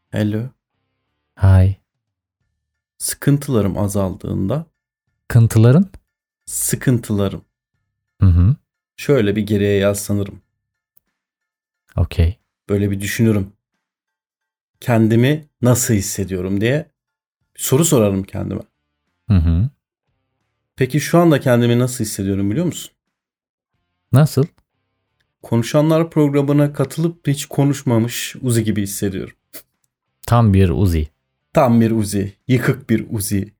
Hello. Hay. Sıkıntılarım azaldığında Kıntıların? sıkıntılarım Hı hı. şöyle bir geriye yaslanırım. Okey. Böyle bir düşünürüm. Kendimi nasıl hissediyorum diye bir soru sorarım kendime. Hı hı. Peki şu anda kendimi nasıl hissediyorum biliyor musun? Nasıl? Konuşanlar programına katılıp hiç konuşmamış Uzi gibi hissediyorum. Tam bir Uzi. Tam bir Uzi. Yıkık bir Uzi.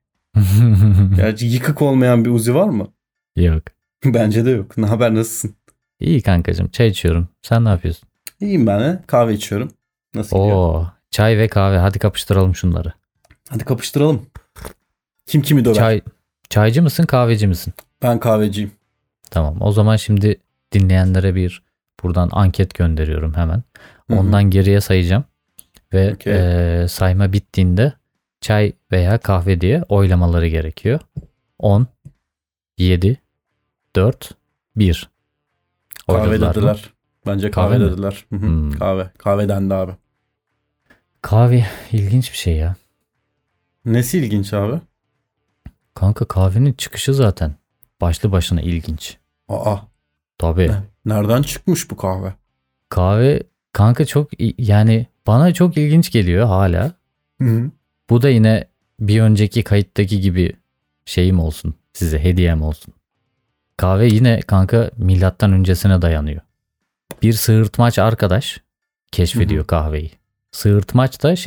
Gerçi yıkık olmayan bir Uzi var mı? Yok. Bence de yok. Ne haber, nasılsın? İyi kankacığım, çay içiyorum. Sen ne yapıyorsun? İyiyim ben de. Kahve içiyorum. Nasıl gidiyor? Oo, çay ve kahve. Hadi kapıştıralım şunları. Hadi kapıştıralım. Kim kimi döver? Çaycı mısın, kahveci misin? Ben kahveciyim. Tamam. O zaman şimdi dinleyenlere bir buradan anket gönderiyorum hemen. Hı hı. Ondan geriye sayacağım ve Okey. sayma bittiğinde çay veya kahve diye oylamaları gerekiyor. 10, 7, 4, 1. Kahve Oyladılar mı? dediler. Bence Kahve kahve mi? dediler. Hı hı. Kahve. Kahve dendi abi. Kahve ilginç bir şey ya. Nesi ilginç abi? Kanka kahvenin çıkışı zaten başlı başına ilginç. Aa. Tabii. Nereden çıkmış bu kahve? Kahve kanka yani bana çok ilginç geliyor hala. Hı hı. Bu da yine bir önceki kayıttaki gibi şeyim olsun. Size hediyem olsun. Kahve yine kanka milattan öncesine dayanıyor. Bir sığırtmaç arkadaş keşfediyor kahveyi. Sığırtmaç da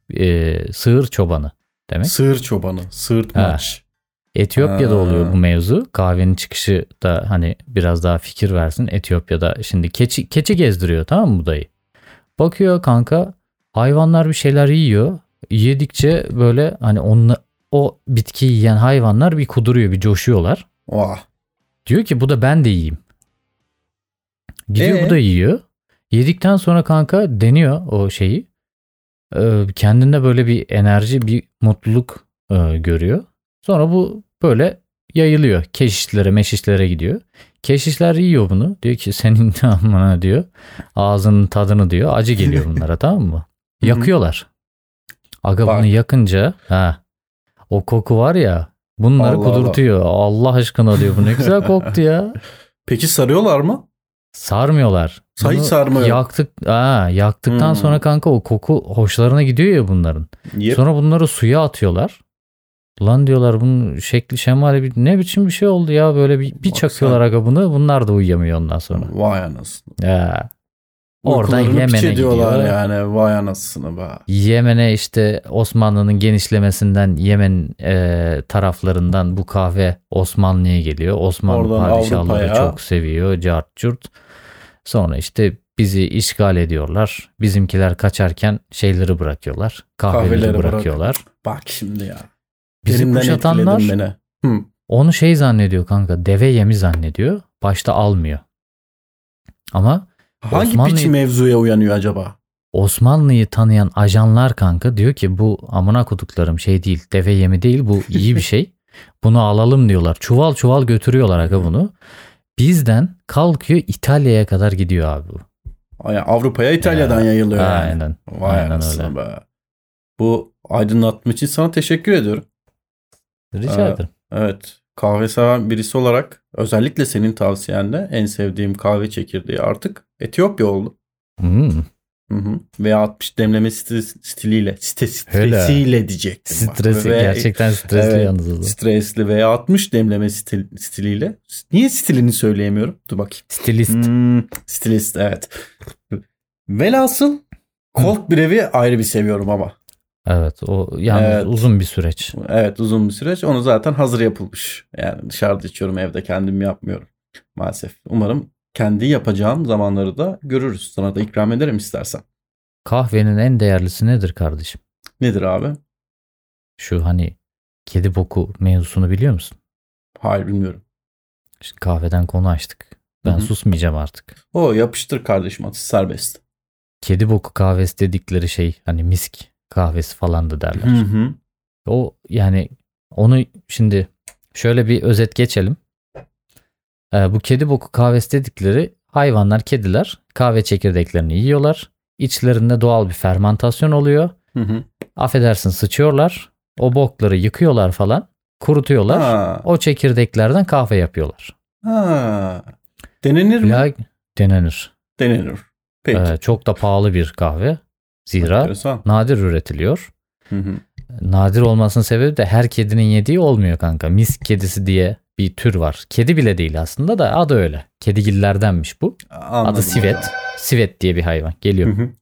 sığır çobanı demek. Sığır çobanı. Sığırtmaç. Etiyopya'da oluyor bu mevzu. Kahvenin çıkışı da hani biraz daha fikir versin. Etiyopya'da şimdi keçi gezdiriyor, tamam mı bu dayı? Bakıyor kanka, hayvanlar bir şeyler yiyor. Yedikçe böyle hani o bitkiyi yiyen hayvanlar bir kuduruyor, bir coşuyorlar. Vah. Diyor ki bu da ben de yiyeyim. Gidiyor bu da yiyor. Yedikten sonra kanka deniyor o şeyi. Kendinde böyle bir enerji, bir mutluluk görüyor. Sonra bu böyle yayılıyor. Keşişlere, meşişlere gidiyor. Keşişler yiyor bunu. Diyor ki senin amına diyor. Ağzının tadını diyor. Acı geliyor bunlara, tamam mı? Yakıyorlar. Aga bunu yakınca o koku var ya, bunları Allah kudurtuyor. Allah aşkına diyor, bu ne güzel koktu ya. Peki sarıyorlar mı? Sarmıyorlar. Hiç sarmıyor. Yaktıktan sonra kanka o koku hoşlarına gidiyor ya bunların. Yep. Sonra bunları suya atıyorlar. Lan diyorlar bunun şekli şemali ne biçim bir şey oldu ya, böyle bir çakıyorlar aga bunu. Bunlar da uyuyamıyor ondan sonra. Vay anasını. Ya. Oradan Yemen'e gidiyor. Yani vay anasını be. Yemen'e işte Osmanlı'nın genişlemesinden Yemen taraflarından bu kahve Osmanlı'ya geliyor. Osmanlı oradan padişahları Avrupa'ya çok seviyor. Cart curt. Sonra işte bizi işgal ediyorlar. Bizimkiler kaçarken şeyleri bırakıyorlar. Kahveleri bırakıyorlar. Bak şimdi ya. Bizi kuşatanlar beni. Onu zannediyor kanka. Deve yemi zannediyor. Başta almıyor. Ama hangi biçim mevzuya uyanıyor acaba? Osmanlı'yı tanıyan ajanlar kanka diyor ki bu amına koduklarım şey değil, deve yemi değil, bu iyi bir şey. Bunu alalım diyorlar. Çuval çuval götürüyorlar aga bunu. Bizden kalkıyor İtalya'ya kadar gidiyor abi bu. Avrupa'ya İtalya'dan yayılıyor yani. Aynen. Vay anasını be. Bu aydınlatma için sana teşekkür ediyorum. Rica ederim. Evet. Kahve seven birisi olarak özellikle senin tavsiyenle en sevdiğim kahve çekirdeği artık Etiyopya oldu. V60 demleme stresiyle diyecektim. Stresi gerçekten stresli yalnız o. Stresli V60 demleme stiliyle. Niye stilini söyleyemiyorum? Dur bakayım. Stilist evet. Velhasıl cold brew'i ayrı bir seviyorum ama. Evet o yalnız uzun bir süreç. Evet uzun bir süreç. Onu zaten hazır yapılmış. Yani dışarıda içiyorum, evde kendim yapmıyorum maalesef. Umarım kendi yapacağım zamanları da görürüz. Sana da ikram ederim istersen. Kahvenin en değerlisi nedir kardeşim? Nedir abi? Şu hani kedi boku mevzusunu biliyor musun? Hayır bilmiyorum. İşte kahveden konu açtık. Ben susmayacağım artık. O yapıştır kardeşim, atış serbest. Kedi boku kahvesi dedikleri şey hani misk kahvesi falan da derler. O yani onu şimdi şöyle bir özet geçelim. Bu kedi boku kahvesi dedikleri hayvanlar, kediler kahve çekirdeklerini yiyorlar. İçlerinde doğal bir fermantasyon oluyor. Hı. Affedersin sıçıyorlar. O bokları yıkıyorlar falan. Kurutuyorlar. Ha. O çekirdeklerden kahve yapıyorlar. Ha. Denenir mi? Ya, denenir. Denenir. Peki. Çok da pahalı bir kahve. Zira Enteresan. nadir üretiliyor. Hı. Nadir olmasının sebebi de her kedinin yediği olmuyor kanka. Misk kedisi diye bir tür var. Kedi bile değil aslında da adı öyle. Kedigillerdenmiş bu. Anladım. Adı sivet. Sivet diye bir hayvan. Geliyor. Hı.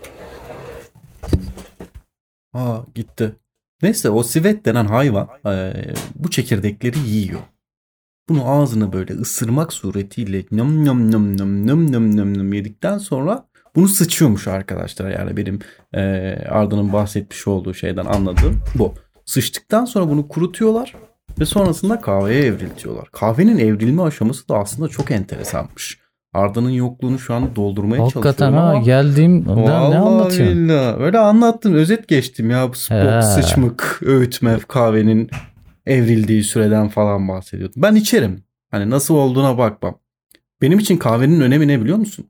Gitti. Neyse o sivet denen hayvan bu çekirdekleri yiyor. Bunu ağzına böyle ısırmak suretiyle nım nım nım nım nım nım nım nım yedikten sonra bunu sıçıyormuş arkadaşlar. Yani benim Arda'nın bahsetmiş olduğu şeyden anladığım bu. Sıçtıktan sonra bunu kurutuyorlar ve sonrasında kahveye evriltiyorlar. Kahvenin evrilme aşaması da aslında çok enteresanmış. Arda'nın yokluğunu şu an doldurmaya Hakikaten çalışıyorum ama. geldiğimden ne anlatıyorsun? Billahi. Öyle anlattım, özet geçtim ya. Bu sıçmık, öğütme, kahvenin evrildiği süreden falan bahsediyordum. Ben içerim. Hani nasıl olduğuna bakmam. Benim için kahvenin önemi ne biliyor musun?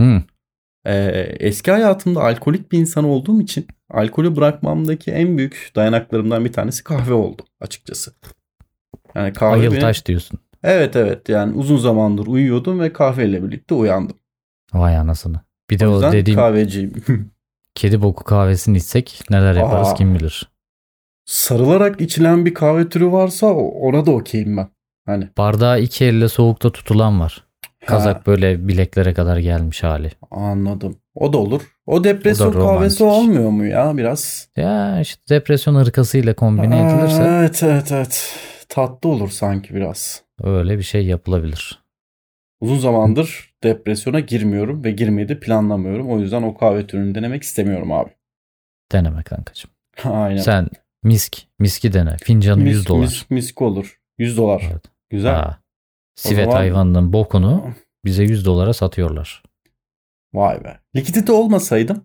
Eski hayatımda alkolik bir insan olduğum için alkolü bırakmamdaki en büyük dayanaklarımdan bir tanesi kahve oldu açıkçası. Yani kahve Ayıltaş diyorsun. Evet yani uzun zamandır uyuyordum ve kahveyle birlikte uyandım. Vay anasını. Bir de O o dediğim kahveciyim. kedi boku kahvesini içsek neler yaparız kim bilir. Sarılarak içilen bir kahve türü varsa ona da okeyim ben. Hani. Bardağı iki elle soğukta tutulan var. Kazak böyle bileklere kadar gelmiş hali. Anladım. O da olur. O depresyon kahvesi olmuyor mu ya biraz? Ya işte depresyon ırkasıyla kombine edilirse. Evet. Tatlı olur sanki biraz. Öyle bir şey yapılabilir. Uzun zamandır depresyona girmiyorum ve girmeyi de planlamıyorum. O yüzden o kahve türünü denemek istemiyorum abi. Deneme kankacığım. Aynen. Sen miski dene. Fincanı $100. Misk olur. $100. Evet. Güzel. Sivet zaman hayvanının bokunu bize $100 satıyorlar. Vay be. Likidite olmasaydım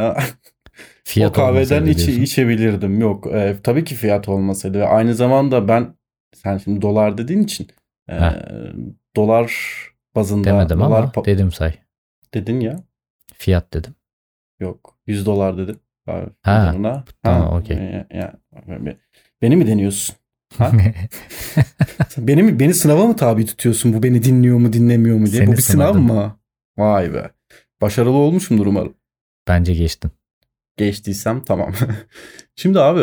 fiyat o kahveden içebilirdim. Yok. Tabii ki fiyat olmasaydı. Ve aynı zamanda sen şimdi dolar dediğin için dolar bazında. Demedim ama dedim say. Dedin ya. Fiyat dedim. Yok. $100 dedim. Tamam okey. Beni mi deniyorsun? Ha? Beni sınava mı tabi tutuyorsun? Bu beni dinliyor mu dinlemiyor mu diye. Seni bu bir sınav mı? Vay be. Başarılı olmuşumdur umarım. Bence geçtin. Geçtiysem tamam. Şimdi abi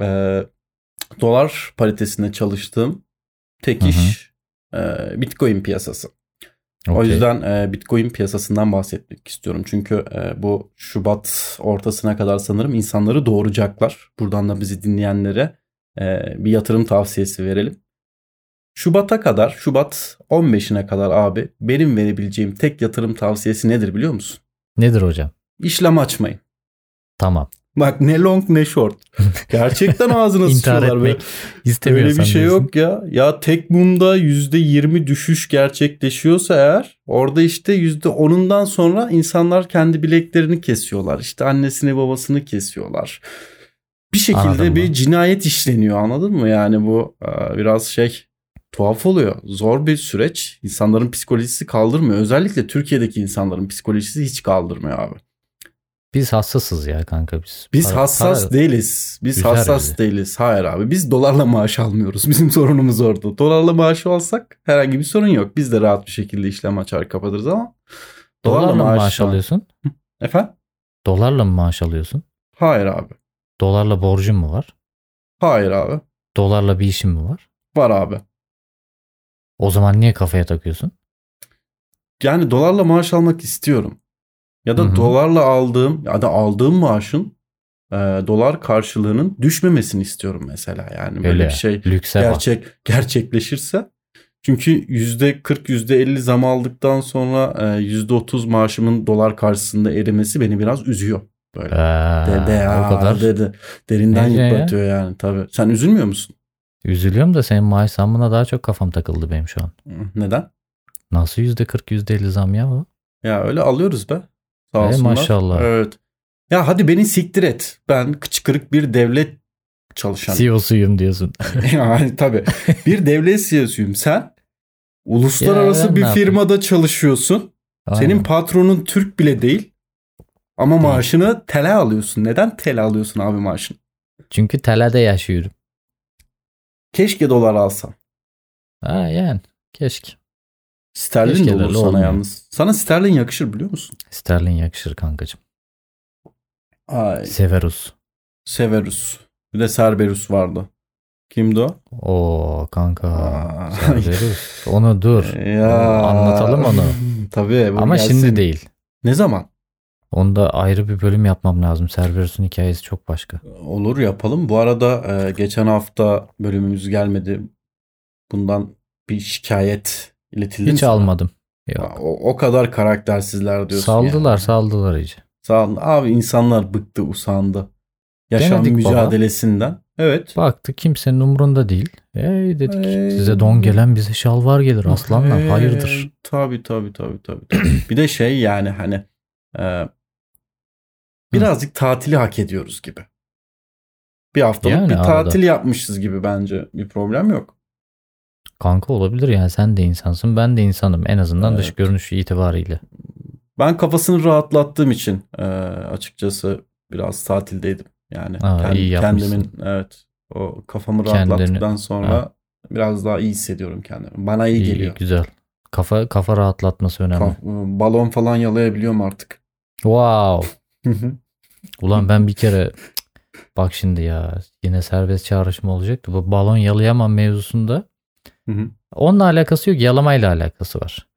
dolar paritesinde çalıştığım tek iş Bitcoin piyasası. O yüzden Bitcoin piyasasından bahsetmek istiyorum. Çünkü bu Şubat ortasına kadar sanırım insanları doğuracaklar. Buradan da bizi dinleyenlere bir yatırım tavsiyesi verelim. Şubat 15'ine kadar abi benim verebileceğim tek yatırım tavsiyesi nedir biliyor musun? Nedir hocam? İşlem açmayın. Tamam. Bak ne long ne short. Gerçekten ağzına sıçıyorlar. Böyle bir şey yok ya. Ya tek mumda %20 düşüş gerçekleşiyorsa eğer orada işte %10'undan sonra insanlar kendi bileklerini kesiyorlar. İşte annesini babasını kesiyorlar. Bir şekilde bir cinayet işleniyor, anladın mı? Yani bu biraz tuhaf oluyor. Zor bir süreç. İnsanların psikolojisi kaldırmıyor. Özellikle Türkiye'deki insanların psikolojisi hiç kaldırmıyor abi. Biz hassasız ya kanka biz. Biz hassas değiliz. Biz hassas değiliz. Hayır abi. Biz dolarla maaş almıyoruz. Bizim sorunumuz orada. Dolarla maaş alsak herhangi bir sorun yok. Biz de rahat bir şekilde işlem açar kapatırız ama dolarla mı maaş alıyorsun? Efendim? Dolarla mı maaş alıyorsun? Hayır abi. Dolarla borcun mu var? Hayır abi. Dolarla bir işin mi var? Var abi. O zaman niye kafaya takıyorsun? Yani dolarla maaş almak istiyorum. Ya da dolarla aldığım maaşın dolar karşılığının düşmemesini istiyorum mesela. Yani böyle bir şey gerçekleşirse. Çünkü %40 %50 zam aldıktan sonra %30 maaşımın dolar karşısında erimesi beni biraz üzüyor. Böyle. O kadar. Derinden yıpratıyor yani tabii. Sen üzülmüyor musun? Üzülüyorum da senin maaş zammına daha çok kafam takıldı benim şu an. Neden? Nasıl %40 %50 zam ya bu? Ya öyle alıyoruz be. Sağ olsunlar. Maşallah. Evet. Ya hadi beni siktir et. Ben kıçkırık bir devlet çalışanı. CEO'suyum diyorsun. Yani tabii. Bir devlet CEO'suyum. Sen uluslararası bir firmada çalışıyorsun. Aynen. Senin patronun Türk bile değil. Ama maaşını TL alıyorsun. Neden TL alıyorsun abi maaşını? Çünkü TL'de yaşıyorum. Keşke dolar alsam. Ha yani keşke. Sterlin Keşke de olur sana olmuyor. yalnız. Sana sterlin yakışır biliyor musun? Sterlin yakışır kankacığım. Ay. Severus. Bir de Cerberus vardı. Kimdi o? Oo kanka. Cerberus. Onu dur. Ya. Anlatalım onu. Tabii. Ama gelsin. şimdi değil. Ne zaman? Onda ayrı bir bölüm yapmam lazım. Cerberus'un hikayesi çok başka. Olur yapalım. Bu arada geçen hafta bölümümüz gelmedi. Bundan bir şikayet iletildi mi Hiç sana? almadım. Yok. O kadar karaktersizler diyorsun Saldılar iyice. Abi insanlar bıktı, usandı. Yaşam Denedik mücadelesinden. Evet. Baktı kimsenin umurunda değil. Dedik size don gelen bize şalvar gelir aslanlar. Hayırdır? Tabii. Bir de yani hani birazcık tatili hak ediyoruz gibi. Bir haftalık Yani bir tatil arada. yapmışız gibi bence. Bir problem yok. Kanka olabilir yani sen de insansın ben de insanım. En azından dış görünüş itibariyle. Ben kafasını rahatlattığım için açıkçası biraz tatildeydim. Yani iyi yapmışsın. kendimin o kafamı rahatlattıktan sonra biraz daha iyi hissediyorum kendimi. Bana iyi geliyor. Güzel. Kafa rahatlatması önemli. Balon falan yalayabiliyorum artık. Wow. Ulan ben bir kere bak şimdi ya yine serbest çağrışım olacaktı. Bu balon yalayamam mevzusunda. Onunla alakası yok, yalamayla alakası var.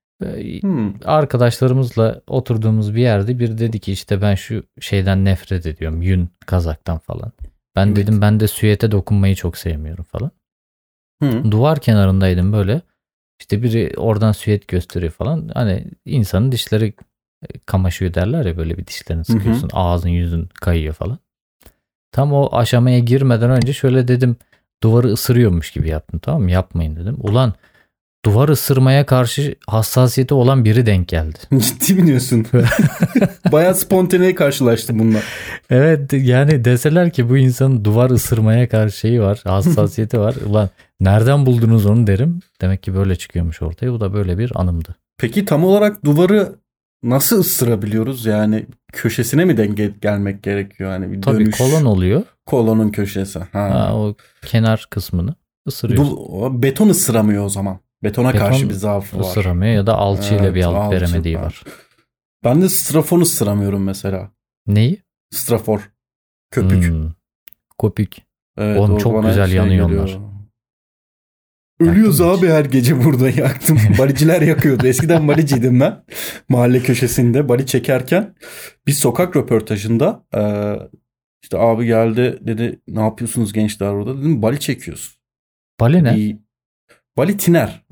Arkadaşlarımızla oturduğumuz bir yerde biri dedi ki işte ben şu şeyden nefret ediyorum. Yün kazaktan falan. Ben dedim ben de süete dokunmayı çok sevmiyorum falan. Duvar kenarındaydım böyle. İşte biri oradan süet gösteriyor falan. Hani insanın dişleri kamaşıyor derler ya böyle bir dişlerini sıkıyorsun. Ağzın yüzün kayıyor falan. Tam o aşamaya girmeden önce şöyle dedim. Duvarı ısırıyormuş gibi yaptım, tamam mı? Yapmayın dedim. Ulan duvar ısırmaya karşı hassasiyeti olan biri denk geldi. Ciddi mi diyorsun? Bayağı spontaneye karşılaştı bunlar. Evet yani deseler ki bu insanın duvar ısırmaya karşı şeyi var, hassasiyeti var. Ulan nereden buldunuz onu derim. Demek ki böyle çıkıyormuş ortaya. Bu da böyle bir anımdı. Peki tam olarak duvarı nasıl ısırabiliyoruz? Yani köşesine mi denk gelmek gerekiyor? Hani bir tabii dönüş. kolon oluyor. Kolonun köşesi. O kenar kısmını ısırıyorsun. Beton ısıramıyor o zaman. Betona karşı bir zaafı var. Isıramıyor ya da alçıyla bir alıp veremediği var. Ben de strafon ısıramıyorum mesela. Neyi? Strafor. Köpük. Köpük. Evet, oğlum çok güzel yanıyor onlar. Ölüyoruz abi her gece burada yaktım. Baliciler yakıyordu. Eskiden baliciydim ben. Mahalle köşesinde bali çekerken bir sokak röportajında işte abi geldi dedi ne yapıyorsunuz gençler orada, dedim bali çekiyoruz. Bali ne? Bali tiner.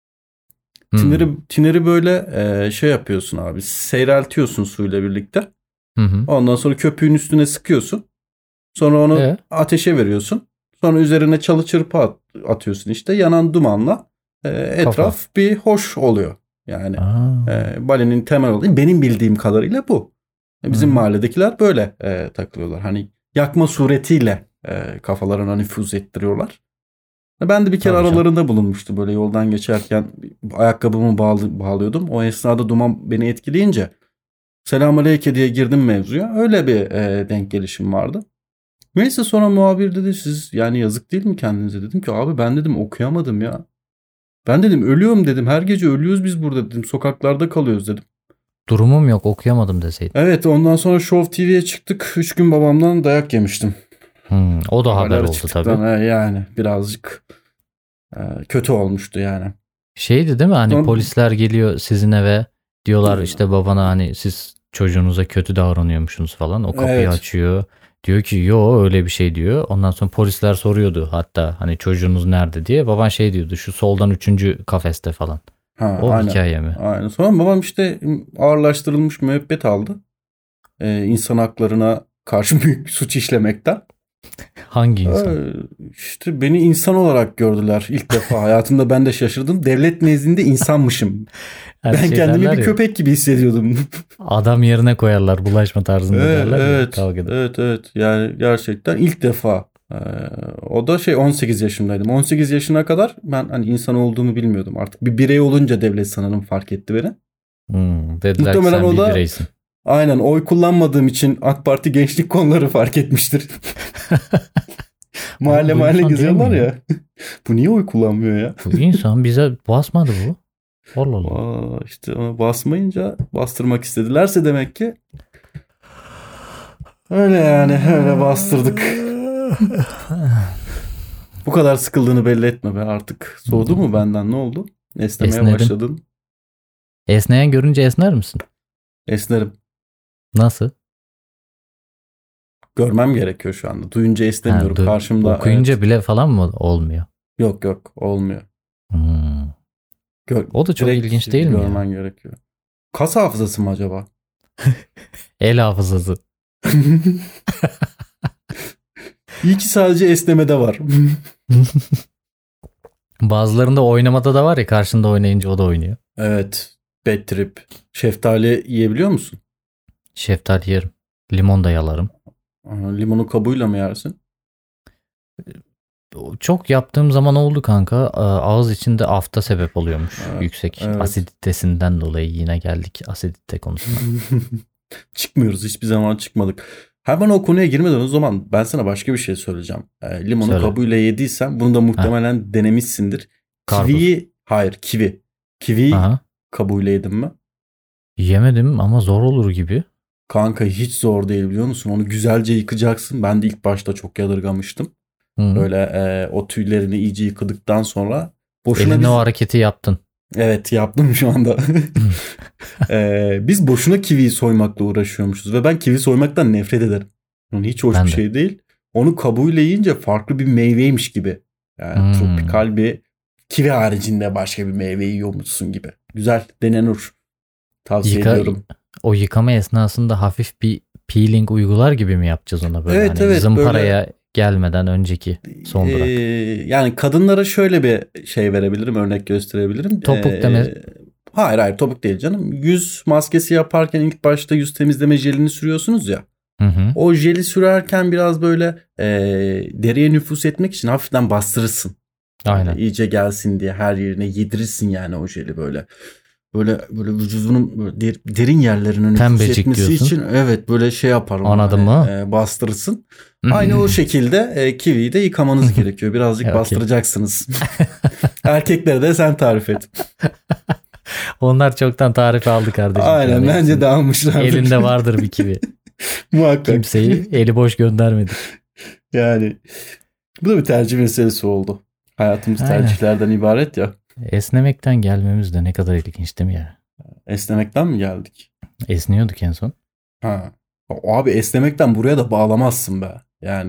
Tineri böyle şey yapıyorsun abi, seyreltiyorsun suyla birlikte. Ondan sonra köpüğün üstüne sıkıyorsun. Sonra onu ateşe veriyorsun. Sonra üzerine çalı çırpı atıyorsun işte. Yanan dumanla etraf bir hoş oluyor. Yani balinin temel olayı benim bildiğim kadarıyla bu. Bizim mahalledekiler böyle takılıyorlar. Hani yakma suretiyle kafalarına nüfuz ettiriyorlar. Ben de bir kere aralarında bulunmuştu. Böyle yoldan geçerken ayakkabımı bağlıyordum. O esnada duman beni etkileyince selamünaleyküm diye girdim mevzuya. Öyle bir denk gelişim vardı. Neyse sonra muhabir dedi siz yani yazık değil mi kendinize? Dedim ki abi ben dedim okuyamadım ya. Ben dedim ölüyorum dedim. Her gece ölüyoruz biz burada dedim. Sokaklarda kalıyoruz dedim. Durumum yok okuyamadım deseydin. Evet, ondan sonra Show TV'ye çıktık. 3 gün babamdan dayak yemiştim. O da haber oldu tabii. Yani birazcık kötü olmuştu yani. Şeydi değil mi hani polisler geliyor sizin eve diyorlar işte babana hani siz çocuğunuza kötü davranıyormuşsunuz falan. O kapıyı açıyor. Diyor ki yo öyle bir şey diyor. Ondan sonra polisler soruyordu hatta hani çocuğunuz nerede diye. Baban şey diyordu şu soldan 3. kafeste falan. Aynen. Hikaye mi? Aynen. Sonra babam işte ağırlaştırılmış müebbet aldı. İnsan haklarına karşı büyük bir suç işlemekten. Hangi insan? İşte beni insan olarak gördüler ilk defa. Hayatımda ben de şaşırdım. Devlet nezdinde insanmışım. Ben şey kendimi bir köpek gibi hissediyordum. Adam yerine koyarlar bulaşma tarzında derler. Evet. Yani gerçekten ilk defa. O da 18 yaşındaydım. 18 yaşına kadar ben hani insan olduğumu bilmiyordum. Artık bir birey olunca devlet sanırım fark etti beni. Dediler muhtemelen ki sen bir bireysin. Aynen, oy kullanmadığım için AK Parti gençlik konuları fark etmiştir. Mahalle mahalle geziyorlar ya. Bu niye oy kullanmıyor ya? Bu insan bize basmadı bu. Allah Allah. İşte basmayınca bastırmak istedilerse demek ki. Öyle yani, öyle bastırdık. Bu kadar sıkıldığını belli etme be artık. Soğudu mu benden, ne oldu? Esnemeye başladın. Esneyen görünce esner misin? Esnerim. Nasıl? Görmem gerekiyor şu anda. Duyunca esnemiyorum. Karşımda. Okuyunca bile falan mı olmuyor? Yok olmuyor. O da çok ilginç değil mi? Görmen gerekiyor. Kas hafızası mı acaba? El hafızası. İyi ki sadece esnemede var. Bazılarında oynamada da var ya, karşında oynayınca o da oynuyor. Evet. Bad trip. Şeftali yiyebiliyor musun? Şeftali yerim. Limon da yalarım. Limonu kabuğuyla mı yersin? Çok yaptığım zaman oldu kanka. Ağız içinde afta sebep oluyormuş. Evet, Yüksek evet. asiditesinden dolayı yine geldik asidite konusuna. Çıkmıyoruz. Hiçbir zaman çıkmadık. Hemen o konuya girmeden o zaman ben sana başka bir şey söyleyeceğim. Limonu Söyle. kabuğuyla yediysen bunu da muhtemelen denemişsindir. Karpuz. Kivi. Kiviyi Aha. kabuğuyla yedin mi? Yemedim ama zor olur gibi. Kanka hiç zor değil, biliyor musun? Onu güzelce yıkacaksın. Ben de ilk başta çok yadırgamıştım. Hı. Böyle o tüylerini iyice yıkadıktan sonra. Elinde o hareketi yaptın. Evet, yaptım şu anda. Biz boşuna kiviyi soymakla uğraşıyormuşuz. Ve ben kivi soymaktan nefret ederim. Hiç hoş bir şey değil. Onu kabuğuyla yiyince farklı bir meyveymiş gibi. Yani tropikal bir kivi haricinde başka bir meyve yiyormuşsun gibi. Güzel, denenir. Tavsiye ediyorum. O yıkama esnasında hafif bir peeling uygular gibi mi yapacağız ona böyle? Evet, evet. Zımparaya böyle, gelmeden önceki son durak. Yani kadınlara şöyle bir şey verebilirim, örnek gösterebilirim. Topuk deme. Hayır topuk değil canım. Yüz maskesi yaparken ilk başta yüz temizleme jelini sürüyorsunuz ya. Hı. O jeli sürerken biraz böyle deriye nüfuz etmek için hafiften bastırırsın. Aynen. İyice gelsin diye her yerine yedirirsin yani o jeli böyle. Böyle vücudunun derin yerlerine nüfuz etmesi diyorsun. için evet böyle şey yapar. Anladın mı? Bastırırsın. Aynı o şekilde kiviyi de yıkamanız gerekiyor. Birazcık bastıracaksınız. Erkeklere de sen tarif et. Onlar çoktan tarifi aldı kardeşim. Aynen yani bence de almışlar. Elinde vardır bir kivi. Muhakkak. Kimseyi eli boş göndermedik. Yani bu da bir tercih meselesi oldu. Hayatımız tercihlerden ibaret ya. Esnemekten gelmemiz de ne kadar ilginç değil mi ya? Esnemekten mi geldik? Esniyorduk en son. Abi esnemekten buraya da bağlamazsın be. Yani.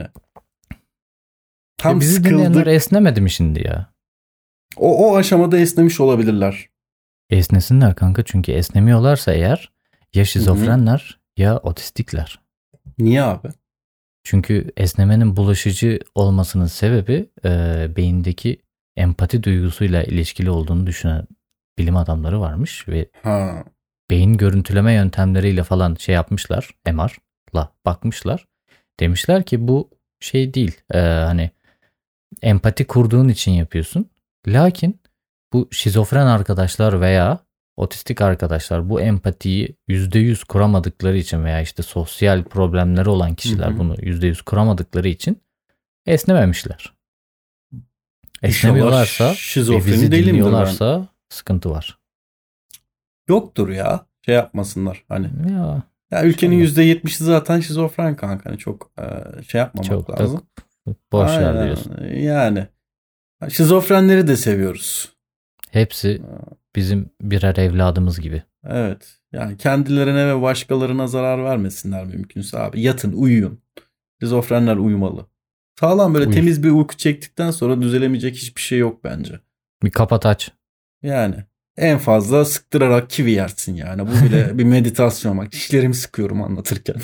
Tam bizi dinleyenler esnemedi mi şimdi ya? O aşamada esnemiş olabilirler. Esnesinler kanka, çünkü esnemiyorlarsa eğer ya şizofrenler ya otistikler. Niye abi? Çünkü esnemenin bulaşıcı olmasının sebebi beyindeki empati duygusuyla ilişkili olduğunu düşünen bilim adamları varmış ve beyin görüntüleme yöntemleriyle falan şey yapmışlar, MR'la bakmışlar. Demişler ki bu şey değil, hani empati kurduğun için yapıyorsun. Lakin bu şizofren arkadaşlar veya otistik arkadaşlar bu empatiyi %100 kuramadıkları için veya işte sosyal problemleri olan kişiler bunu %100 kuramadıkları için esnememişler. Esnemiyorlarsa ve bizi dinliyorlarsa sıkıntı var. Yoktur ya. Şey yapmasınlar hani. Ya ülkenin %70'i zaten şizofren kanka. Hani çok şey yapmamak çok lazım. Boş ver diyorsun. Yani. Şizofrenleri de seviyoruz. Hepsi bizim birer evladımız gibi. Evet. Yani kendilerine ve başkalarına zarar vermesinler mümkünse abi. Yatın, uyuyun. Şizofrenler uyumalı. Sağlam böyle temiz bir uyku çektikten sonra düzelemeyecek hiçbir şey yok bence. Bir kapat aç. Yani en fazla sıktırarak kivi yersin yani. Bu bile bir meditasyon bak. Dişlerimi sıkıyorum anlatırken.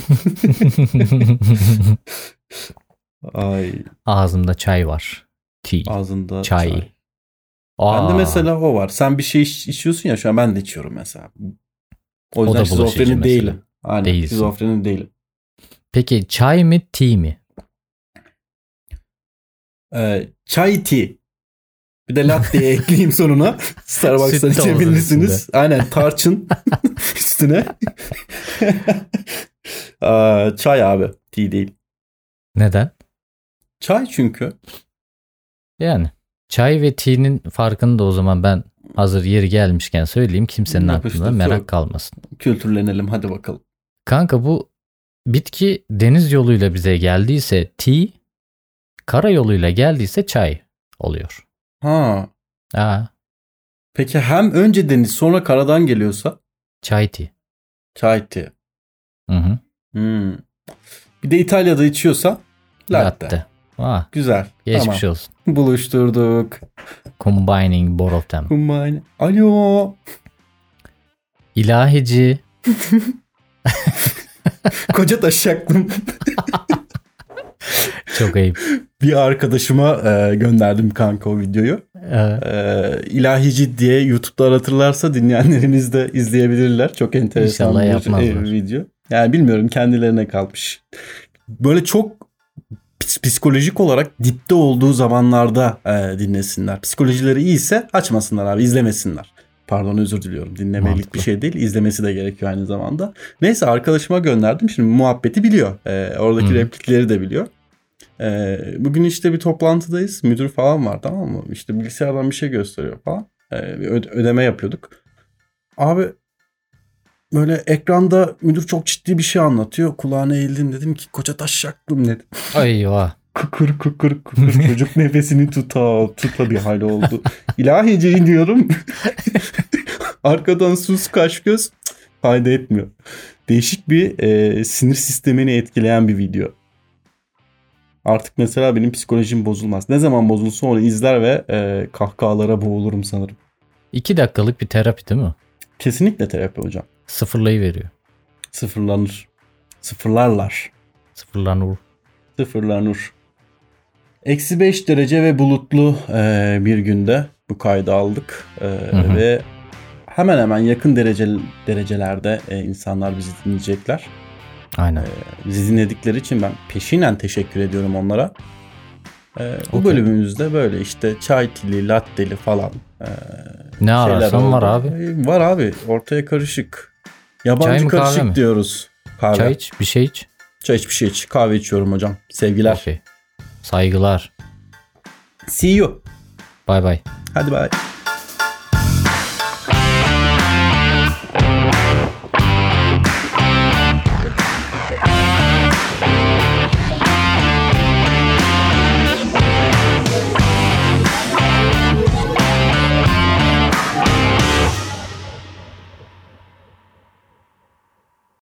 Ay. Ağzımda çay var. Tea. Ağzında çay. Bende mesela o var. Sen bir şey içiyorsun ya, şu an ben de içiyorum mesela. O yüzden şizofreni değilim. Aynen, şizofreni değilim. Peki çay mı tea mi? Çay tea. Bir de latte'ye ekleyeyim sonuna. Starbucks'tan Süt de olsun içebilirsiniz. üstünde. Aynen, tarçın üstüne. Çay abi. Tea değil. Neden? Çay çünkü. Yani çay ve tea'nin farkını da o zaman ben hazır yeri gelmişken söyleyeyim. Kimsenin Yapıştır, aklında merak sor. kalmasın. Kültürlenelim hadi bakalım. Kanka bu bitki deniz yoluyla bize geldiyse tea, kara yoluyla geldiyse çay oluyor. Ha. Aa, Peki hem önce deniz sonra karadan geliyorsa? çay tea. Çay tea. Hı hı. Bir de İtalya'da içiyorsa latte. Aa, Güzel. geçmiş Tamam. olsun. Buluşturduk. Combining both of them. Combine. Alo. İlahici. Koca taşaklım. Çok ayıp. Bir arkadaşıma gönderdim kanka o videoyu. İlahici diye YouTube'da aratırlarsa dinleyenlerimiz de izleyebilirler. Çok enteresan İnşallah bir yapmazlar. video. Yani bilmiyorum, kendilerine kalmış. Böyle çok psikolojik olarak dipte olduğu zamanlarda dinlesinler. Psikolojileri iyiyse açmasınlar abi, izlemesinler. Pardon, özür diliyorum. Dinlemelik Mantıklı. bir şey değil. İzlemesi de gerekiyor aynı zamanda. Neyse, arkadaşıma gönderdim. Şimdi muhabbeti biliyor. Oradaki replikleri de biliyor. Bugün işte bir toplantıdayız. Müdür falan var, tamam mı? İşte bilgisayardan bir şey gösteriyor falan. Bir ödeme yapıyorduk. Abi böyle ekranda müdür çok ciddi bir şey anlatıyor. Kulağına eğildim, dedim ki koca taşaklım dedim. Ay vah. Kıkır kıkır kıkır çocuk nefesini tuta bir hal oldu. İlahici diyorum. Arkadan sus kaş göz, fayda etmiyor. Değişik bir sinir sistemini etkileyen bir video. Artık mesela benim psikolojim bozulmaz. Ne zaman bozulsa onu izler ve kahkahalara boğulurum sanırım. 2 dakikalık bir terapi değil mi? Kesinlikle terapi hocam. Sıfırlayıveriyor. Sıfırlanır. Sıfırlarlar. Sıfırlanır. Sıfırlanır. -5 derece ve bulutlu bir günde bu kaydı aldık. Ve hemen hemen yakın derecelerde insanlar bizi dinleyecekler. Aynen. Bizi dinledikleri için ben peşinen teşekkür ediyorum onlara. Bu Okay. bölümümüzde böyle işte çay tili, latteli falan Ne ararsan var abi. Var abi. Ortaya karışık. Yabancı Çay mı, kahve karışık mi? diyoruz. Kahve. Çay iç, bir şey iç. Çay iç, bir şey iç. Kahve içiyorum hocam. Sevgiler. Okay. Saygılar. See you. Bay bay. Hadi bay.